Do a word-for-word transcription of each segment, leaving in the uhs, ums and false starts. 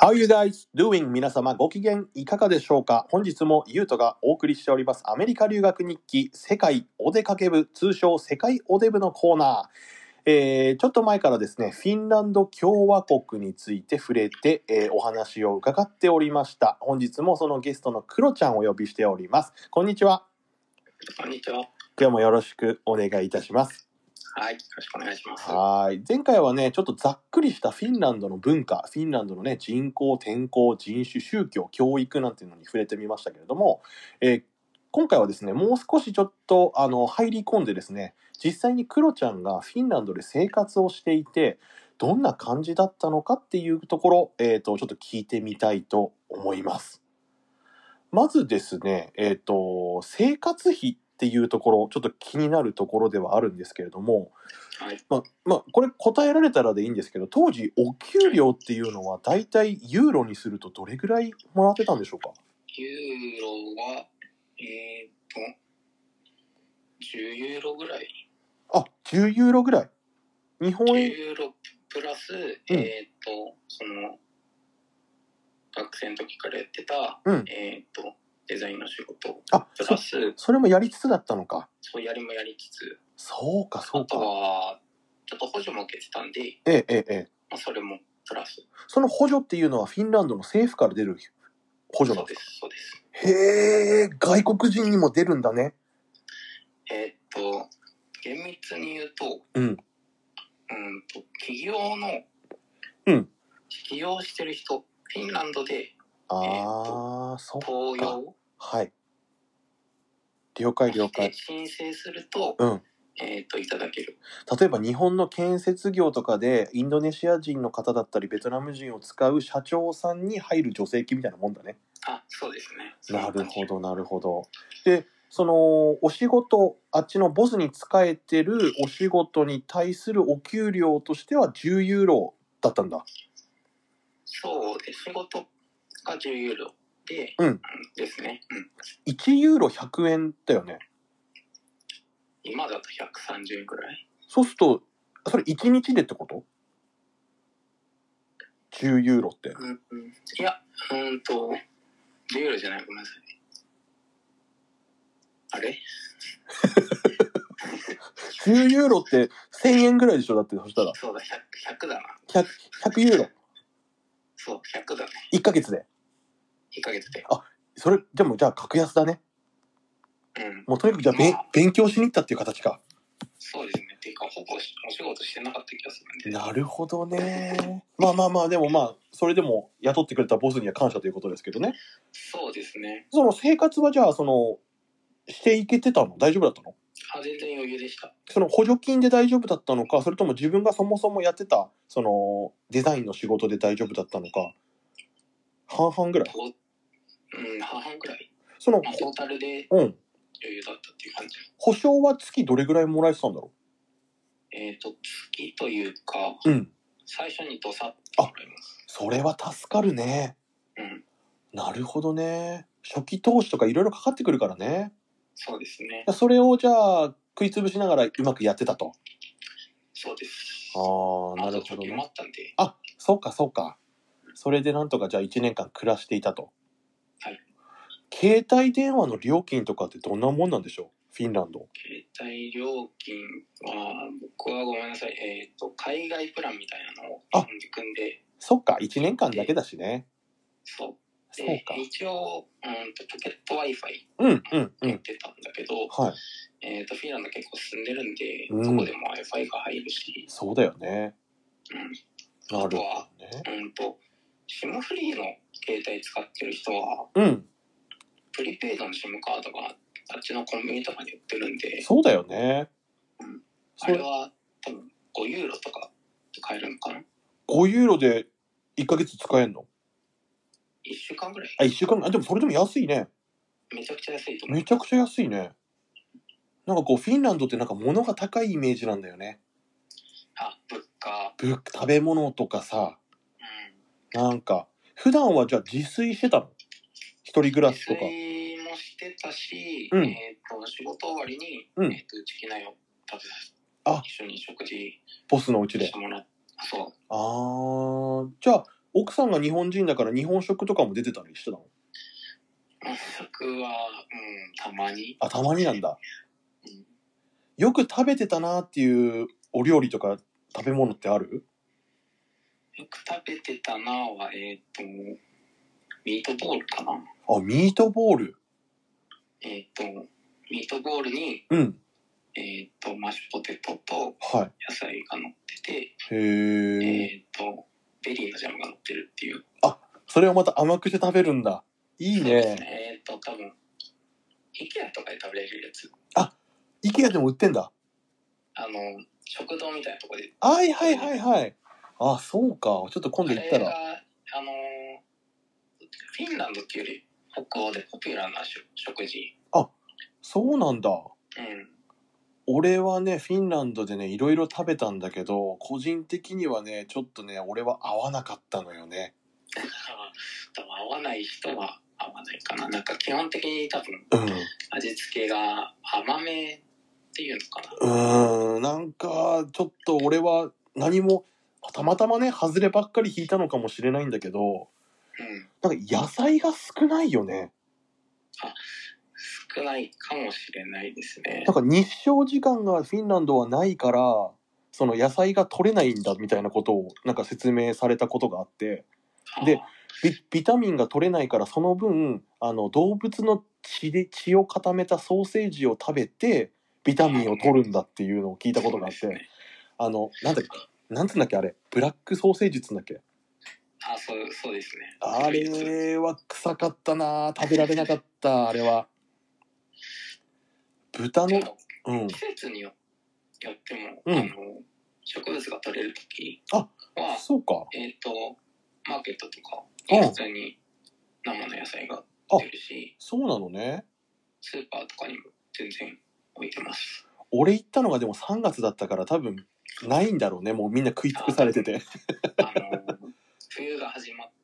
How you guys doing? 皆様ご機嫌いかがでしょうか？本日もゆうとがお送りしておりますアメリカ留学日記世界お出かけ部、通称世界お出部のコーナー。えー、ちょっと前からですね、フィンランド共和国について触れて、えー、お話を伺っておりました。本日もそのゲストのクロちゃんをお呼びしております。こんにちは。 こんにちは。 今日もよろしくお願いいたします。 はい、よろしくお願いします。 はい。前回はね、ちょっとざっくりしたフィンランドの文化、フィンランドのね、人口、天候、人種、宗教、教育なんていうのに触れてみましたけれども、えー今回はですね、もう少しちょっとあの入り込んでですね、実際にクロちゃんがフィンランドで生活をしていて、どんな感じだったのかっていうところ、えっと、ちょっと聞いてみたいと思います。まずですね、えっと、生活費っていうところ、ちょっと気になるところではあるんですけれども、 はい。 まあ、まあ、これ答えられたらでいいんですけど、当時お給料っていうのはだいたいユーロにするとどれぐらいもらってたんでしょうか？ ユーロは、えー、っと、じゅうユーロぐらい。 あ、じゅうユーロぐらい。日本じゅう円、 ユーロプラス、 うんえー、っと、その、学生の時からやってた、 うん。 えー、っと、デザインの仕事、 あ、 プそラス、 それもやりつつだったのか。 そうやりもやりつつ、 そうか、そあとうか。 は、ちょっと補助も受けてたんで、 ええ、ええ、ええ。 まあ、それもプラス。 その補助っていうのはフィンランドの政府から出る補助なんでか？ そうですす、そうです。 へえ、外国人にも出るんだね。 えー、っと、厳密に言うと、 うん。 うんと、企業の、 うん。 起業してる人、フィンランドで、 ああ、そっ登か。 用はい。了解、了して解。 申請すると、 うん。 えっと、いただける。 例えば日本の建設業とかでインドネシア人の方だったりベトナム人を使う社長さんに入る助成金みたいなもんだね。 あ、そうですね。 なるほど、なるほど。で、そのお仕事、あっちのボスに仕えてるお仕事に対するお給料としてはじゅうユーロだったんだ。 そうで、仕事がじゅうユーロで、 うんうんですね。うん。 いちユーロひゃくえんだよね。 今だとひゃくさんじゅうえんくらい。 そうすると、それいちにちでってこと ?じゅう ユーロって。 うんうん。いや、うーんと、じゅうユーロじゃない、ごめんなさい。あれじゅうユーロってせんえんぐらいでしょ？だってそしたら。 そうだ、ひゃく、ひゃくだな。 ひゃく、ひゃくユーロ。 そう、ひゃくだね。 いっかげつで。 いっかげつで。 それ、でもじゃあ格安だね。 うん。 もうとにかくじゃあ、べんまあ勉強しに行ったっていう形か。 そうですね。っていうか、ほぼお仕事してなかった気がするんで。 なるほどね。まあまあまあ、でもまあ、それでも雇ってくれたボスには感謝ということですけどね。 そうですね。 その生活はじゃあ、その、していけてたの？大丈夫だったの？ あ、全然余裕でした。 その補助金で大丈夫だったのか、それとも自分がそもそもやってた、その、デザインの仕事で大丈夫だったのか、半々ぐらい。 とうん、半々くらい。 その、 まあ、トータルでうん。 余裕だったっていう感じ。 保証は月どれぐらいもらえてたんだろえっ、と、月というか、 う？うん。 最初にどさってもらいます。 それは助かるね。 うん、 なるほどね。初期投資とかいろいろかかってくるからね。 そうですね。 それをじゃあ食いつぶしながらうまくやってたと。 そうです。 ああ、なあとるほどね。 貯金もあったんで、 あ、そうかそうか。それでなんとかじゃあいちねんかん暮らしていたと。 はい。 携帯電話の料金とかってどんなもんなんでしょう？フィンランド。 携帯料金は、僕はごめんなさい。えっ、と、海外プランみたいなのをあ組んで、 そっか、いちねんかんだけだしね。 そう。 そうで、 か。 一応、うんと、ポケット Wi-Fi うんうんうん。 持ってたんだけど、 はい。 えっ、と、フィンランド結構進んでるんで、 うんそこでも Wi-Fi が入るし、 そうだよね。 うん。 なるほどあとは、 ね。 うんと、SIM フリーの携帯使ってる人は、 うん。 プリペイドの SIM カードがあっちのコンビニとかに売ってるんで、 そうだよね。 うんそれあれは多分ごユーロとかで買えるのかな？ ごユーロでいっかげつ使えんの？ いっしゅうかんぐらい。 あ、いっしゅうかん。あ、でもそれでも安いね。 めちゃくちゃ安いと思う。 めちゃくちゃ安いね。なんかこう、フィンランドってなんか物が高いイメージなんだよね。 あ、物価。 物食べ物とかさ、 うん。 なんか、普段はじゃあ自炊してたの？一人暮らし自とか。 炊もしてたし、 うんえっ、と、仕事終わりに、 うんえっ、と、うちきなよ食べさせあ一緒に食事ボスのうちでして。もらって、そう。 あー、じゃあ、 奥さんが日本人だから日本食とかも出てたりしてたの？ 日本食は、うん、たまに。 あ、たまになんだ。 うん、 よく食べてたなっていうお料理とか食べ物ってある？ よく食べてたなは、えっと、ミートボールかな。 あ、ミートボール。 えっと、ミートボールに、 うん。 えっと、マッシュポテトとは野菜が乗ってて、 い。へー。 えっと、ベリーのジャムが乗ってるっていう。 あ、それをまた甘くして食べるんだ。いいそうですね。 ね。えっと、多分、イケアとかで食べれるやつ。 あ、イケアでも売ってんだ。 あの、食堂みたいなとこで。 はいはいはいはい。あ、そうか。ちょっと今度行ったら。 あれが、あの、フィンランドっていうより北欧でポピュラーな食事。 あ、そうなんだ。 うん。 俺はね、フィンランドでね、いろいろ食べたんだけど、個人的にはね、ちょっとね、俺は合わなかったのよね。 多分合わない人は合わないかな。なんか基本的に多分、 うん。 味付けが甘めっていうのかな。 うーん、なんか、ちょっと俺は何も、たまたまね、外ればっかり引いたのかもしれないんだけど、 うん。 なんか野菜が少ないよね。 少ないかもしれないですね。 なんか日照時間がフィンランドはないから、その野菜が取れないんだみたいなことをなんか説明されたことがあって、でビ、ビタミンが取れないからその分、あの動物の血で血を固めたソーセージを食べて、ビタミンを取るんだっていうのを聞いたことがあって、ね、あの、なんだっけ、なんつうんだっけあれ、ブラックソーセージっつうんだっけ。 あ、そう、そうですね。 あれは臭かったな、食べられなかった、あれは。豚の、うん。 季節によっても、 うん、 あの、植物が取れるときは、あ、そうか。 えっと、マーケットとか、普通に生の野菜が売ってるし、 そうなのね。 スーパーとかにも全然置いてます。 俺行ったのがでもさんがつだったから多分ないんだろうね。もうみんな食い尽くされてて。 あの、冬が始まって、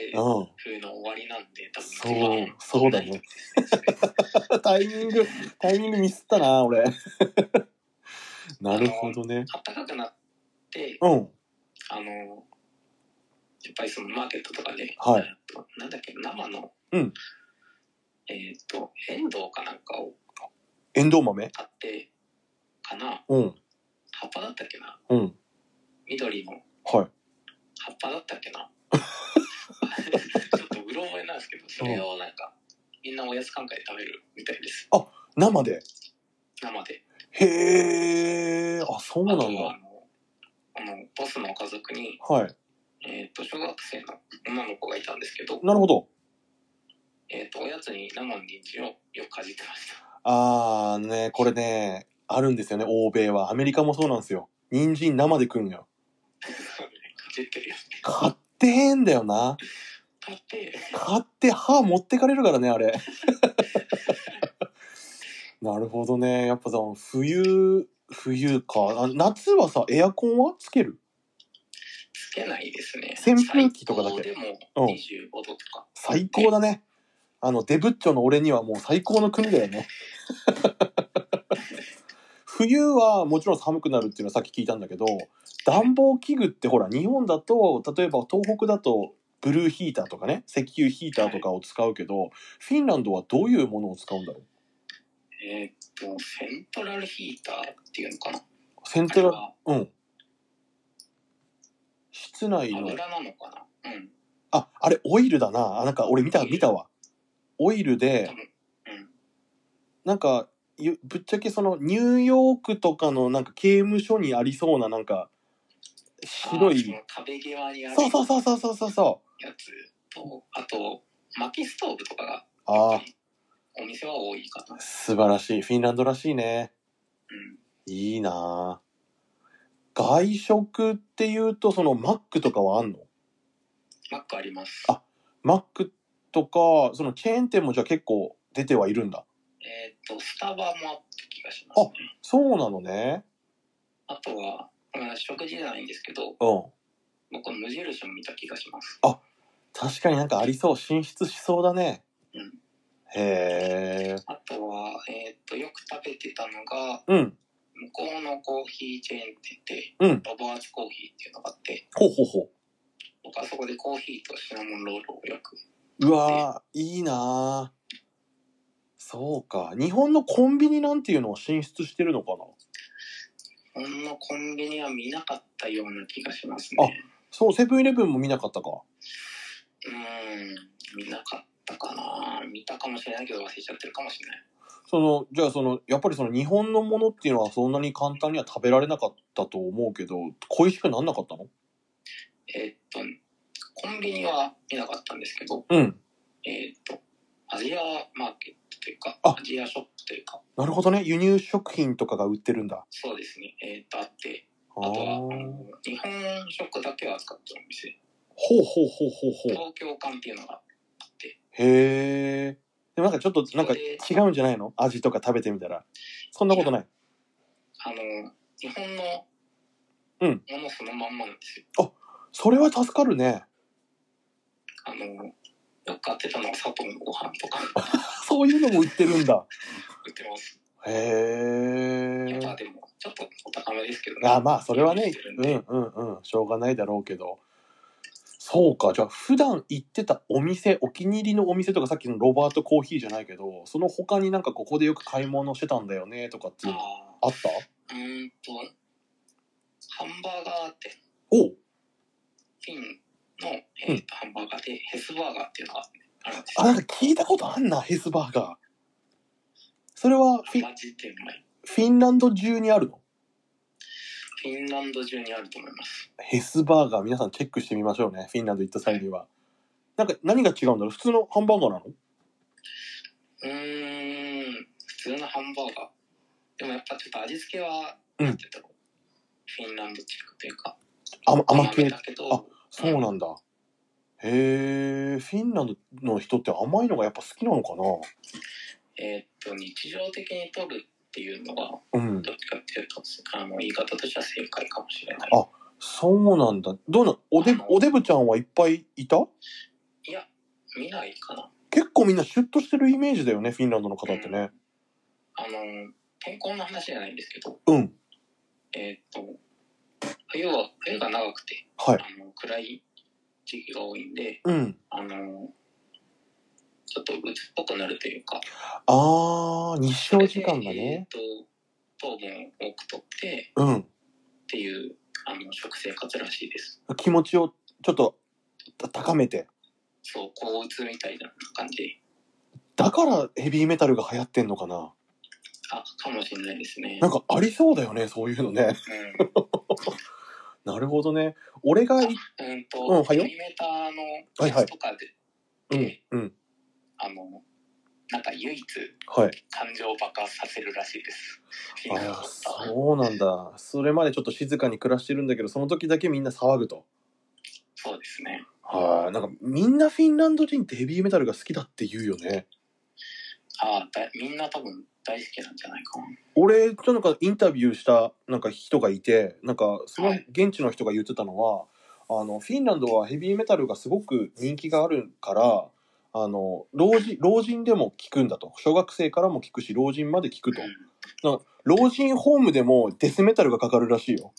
うん、冬の終わりなんで、多分そう、そうだね。タイミング、タイミングミスったな、俺。なるほどね。 暖かくなって、 うん。 あの、やっぱりそのマーケットとかで、 はい。 なんだっけ、生の、 うん。 えっと、エンドウかなんかを、 エンドウ豆買って、かな。 うん。 葉っぱだったっけな。 うん。 緑の。はい。葉っぱだったっけな。ちょっとうろ覚えなんですけど、それをなんか、みんなおやつ感覚で食べるみたいです。 あ、生で生で。 へー、あ、そうなんだ。あとあの、あの、ボスの家族に、 はい。 えっと、小学生の女の子がいたんですけど、 なるほど。 えっと、おやつに生の人参をよくかじってました。あーね、これね、あるんですよね、欧米は。アメリカもそうなんですよ。人参生で食うんよ。 かじってるよね。 買ってへんだよな。 買って買って歯持ってかれるからね、あれ。なるほどね。やっぱさ、冬、冬か。夏はさ、エアコンはつける？ つけないですね。 扇風機とかだけ。 でもにじゅうごどとか、うん。 最高だね。あの、デブッチョの俺にはもう最高の国だよね。冬はもちろん寒くなるっていうのはさっき聞いたんだけど、暖房器具ってほら、日本だと、例えば東北だと、ブルーヒーターとかね、石油ヒーターとかを使うけど、はい、フィンランドはどういうものを使うんだろう？ えー、っと、セントラルヒーターっていうのかな。 セントラル、うん。室内の。 油なのかな。うん。 あ、あれオイルだな。あ、なんか俺見た、見たわ。オイルで、うん、なんか、ぶっちゃけそのニューヨークとかのなんか刑務所にありそうななんか、白い。 壁際にある。 そうそうそうそうそうそう。 やつと、あと、薪ストーブとかが、 ああ。 お店は多いかな。 素晴らしい。フィンランドらしいね。うん。いいなぁ。外食っていうと、そのマックとかはあんの？ マックあります。 あ、マックとか、そのチェーン店もじゃあ結構出てはいるんだ。 えっと、スタバもあった気がしますね。 あ、そうなのね。 あとは、食事じゃないんですけど、うん。僕は無印も見た気がします。 あ、確かになんかありそう。進出しそうだね。うん。へー。 あとは、えっと、よく食べてたのが、 うん。 向こうのコーヒーチェーン店で、 うん、 ロバーツコーヒーっていうのがあって、 ほうほうほう。 僕はそこでコーヒーとシナモンロールをよく。 うわー、いいなー。そうか。日本のコンビニなんていうのは進出してるのかな？ 日本のコンビニは見なかったような気がしますね。 そう、セブンイレブンも見なかったか。 うーん、見なかったかな。見たかもしれないけど忘れちゃってるかもしれない。 その、じゃあその、やっぱりその日本のものっていうのはそんなに簡単には食べられなかったと思うけど、恋しくなんなかったの？ えーっと、コンビニは見なかったんですけど、 うん。 えーっと、アジアマーケットというか、 あアジアショップというか。 なるほどね。輸入食品とかが売ってるんだ。 そうですね。えーっと、あって、 ああとは、あーの日本食だけを扱ってるお店。 ほうほうほうほうほう。 東京館っていうのがあって。 へー。でもなんかちょっとなんかそれ違うんじゃないの？味とか食べてみたら。そんなことない。 あの、日本のうんものそのまんまなんですよ。 それは助かるね。 あの、よく買ってたのは砂糖のご飯とかそういうのも売ってるんだ。 売ってます。 へやっぱー。 でも、ちょっとお高めですけどね。 あ、まあそれはね輸入してるんうんでうんうんしょうがないだろうけど。そうか。じゃあ普段行ってたお店、お気に入りのお店とか、さっきのロバートコーヒーじゃないけど、その他になんかここでよく買い物してたんだよねとかっていうのああった？ あ、うーんと、ハンバーガー店、 おうフィンの、えーとハンバーガーでヘスバーガーっていうのがあるんですあ、なんか聞いたことあんな、ヘスバーガー。それはフィマジでうまい。 フィンランド中にあるの？ フィンランド中にあると思います。 ヘスバーガー、皆さんチェックしてみましょうね。フィンランド行った際には。なんか何が違うんだろう？普通のハンバーガーなの？ うーん、普通のハンバーガー。でもやっぱちょっと味付けは、 うんなんて言うんだろう。フィンランドチックというか、 甘甘系だけど、 あ、そうなんだ。へえ、フィンランドの人って甘いのがやっぱ好きなのかな？ えーっと、日常的に取るっていうのが、 うん。 どっちかっていうと、あの言い方としては正解かもしれない。 あ、そうなんだ。どうな、おであの、 おデブちゃんはいっぱいいた？ いや、見ないかな。 結構みんなシュッとしてるイメージだよね、フィンランドの方ってね。 あの、天候の話じゃないんですけど、 うん。 えーっと、冬は、冬が長くて、 はい。 あの暗い時期が多いんで、 うん。 あの、ちょっと鬱っぽくなるというか、 あー、日照時間がえーっね。 と、糖分を多くとってうん。 っていうあの食生活らしいです。 気持ちをちょっと高めて。 そう、こう鬱みたいな感じ。 だからヘビーメタルが流行ってんのかな？ あ、かもしれないですね。 なんかありそうだよね、そういうのね。 うん。 なるほどね。俺がい、 うんと、 うんはいよヘビメーターのはいはいやつとかで、 うん、うん。 あの、なんか唯一はい。 感情を爆発させるらしいです。 ああ、そうなんだ。それまでちょっと静かに暮らしてるんだけど、その時だけみんな騒ぐと。 そうですね。 はい。なんかみんなフィンランド人ってヘビーメタルが好きだって言うよね。 ああ、だみんな多分大好きなんじゃないかな。 俺、ちょっとなんかインタビューしたなんか人がいて、なんかその現地の人が言ってたのは、あの、フィンランドはヘビーメタルがすごく人気があるから、あの、老人、老人でも聞くんだと。小学生からも聞くし、老人まで聞くと。なんか老人ホームでもデスメタルがかかるらしいよ。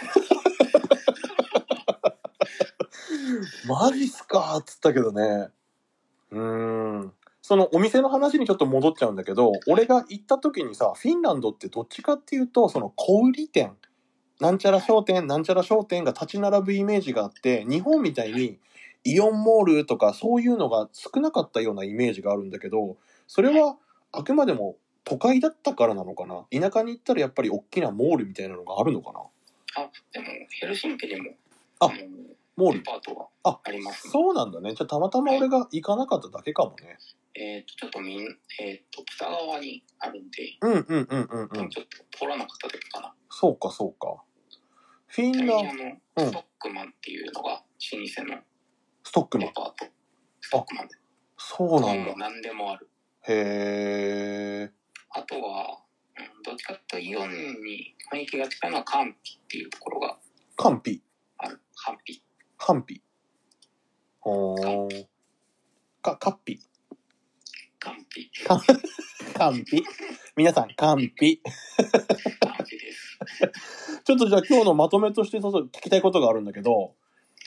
マジっすかーっつったけどね。うーん。そのお店の話にちょっと戻っちゃうんだけど、俺が行った時にさ、フィンランドってどっちかっていうと、その小売店、なんちゃら商店、なんちゃら商店が立ち並ぶイメージがあって、日本みたいにイオンモールとかそういうのが少なかったようなイメージがあるんだけど、それはあくまでも都会だったからなのかな？田舎に行ったらやっぱり大きなモールみたいなのがあるのかな？ あ、でもヘルシンキにも、 あのモール。 デパートがあ、 ありますね。 そうなんだね。じゃあたまたま俺が行かなかっただけかもね。 えっと、ちょっとみん、えっと、北側にあるんで、 うんうんうんうんうん。 ちょっと通らなかっただけかな。 そうかそうか。フィンランちなみにあの、 うんストックマンっていうのが老舗のストックマン。 デパート。ストックマンで。 そうなんだもう。何でもある。 へー。 あとは、うん、どっちかというとイオンに雰囲気が近いのはカンピっていうところがカンピ。 ある。カンピ。 カンピ。ほー。か、カッピ。 カンピ。 カンピ。皆さん、カンピ。 カンピです。 ちょっとじゃあ今日のまとめとしてそうそう聞きたいことがあるんだけど、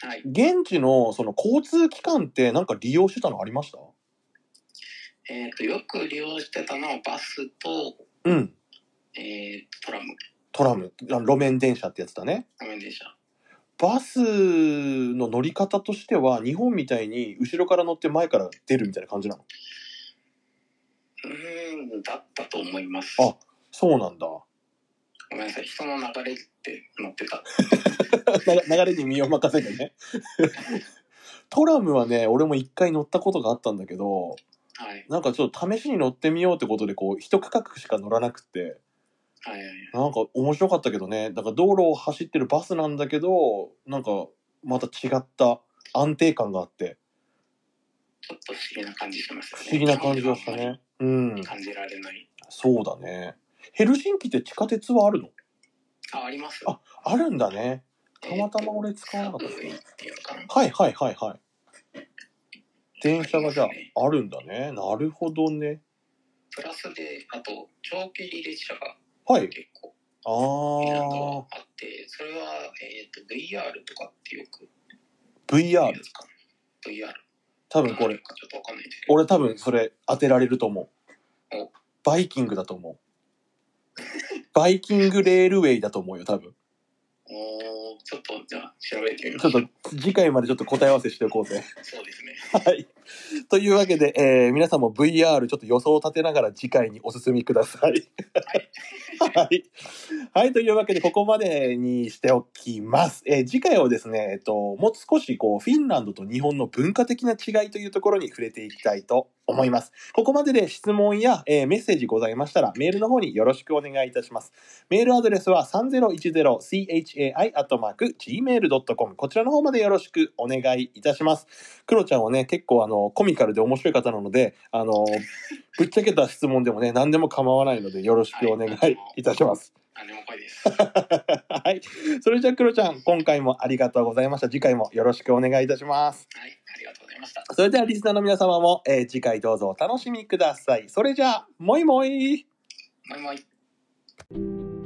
はい。 現地のその交通機関ってなんか利用してたのありました？ えっと、よく利用してたのはバスと、 うん。 えー、トラム。 トラム。あ路面電車ってやつだね。 路面電車。 バスの乗り方としては、日本みたいに後ろから乗って前から出るみたいな感じなの？ うーん、だったと思います。 あ、そうなんだ。 ごめんなさい、人の流れって乗ってた。 流れに身を任せてね。トラムはね、俺も一回乗ったことがあったんだけど、 はい。 なんかちょっと試しに乗ってみようってことで、こう、一区画しか乗らなくて、 はいはいはい。 なんか面白かったけどね。だから道路を走ってるバスなんだけど、なんかまた違った安定感があって、 ちょっと不思議な感じしますよね。 不思議な感じがしたね。うん。 感じられない。 そうだね。ヘルシンキって地下鉄はあるの？ あ、あります。 あ、あるんだね。たまたま俺使わなかったサブウェイっていうのかな。 はいはいはいはい。電車がじゃあありますねあるんだね。なるほどね。 プラスで、あと、長距離列車がはい。 結構、 あフィンランドはー。 あって、それは、えっと、ブイアール とかってよくブイアール。 言うやつかな。ブイアール。 多分これ、 ちょっとわかんないですけど。 俺多分それ当てられると思うお。 バイキングだと思う。バイキングレールウェイだと思うよ、多分。 おー、ちょっとじゃあ調べてみましょう。 ちょっと次回までちょっと答え合わせしておこうぜ。 そうですね。 はい。というわけで、えー、皆さんも ブイアール ちょっと予想を立てながら次回にお進みください。 はい。 はい。はい。というわけで、ここまでにしておきます。えー次回はですね、えっと、もう少しこう、フィンランドと日本の文化的な違いというところに触れていきたいと思います。ここまでで質問や、えーメッセージございましたら、メールの方によろしくお願いいたします。メールアドレスは さんぜろいちぜろチャイ アットマーク ジーメールドットコム こちらの方までよろしくお願いいたします。クロちゃんはね、結構あの、コミカルで面白い方なので、あの、ぶっちゃけた質問でもね、何でも構わないので、よろしくお願いいたします。 何でも来いです。 はい。それじゃあ、クロちゃん、今回もありがとうございました。次回もよろしくお願いいたします。 はい、ありがとうございました。 それでは、リスナーの皆様も、えー次回どうぞお楽しみください。それじゃあ、もいもい。 もいもい。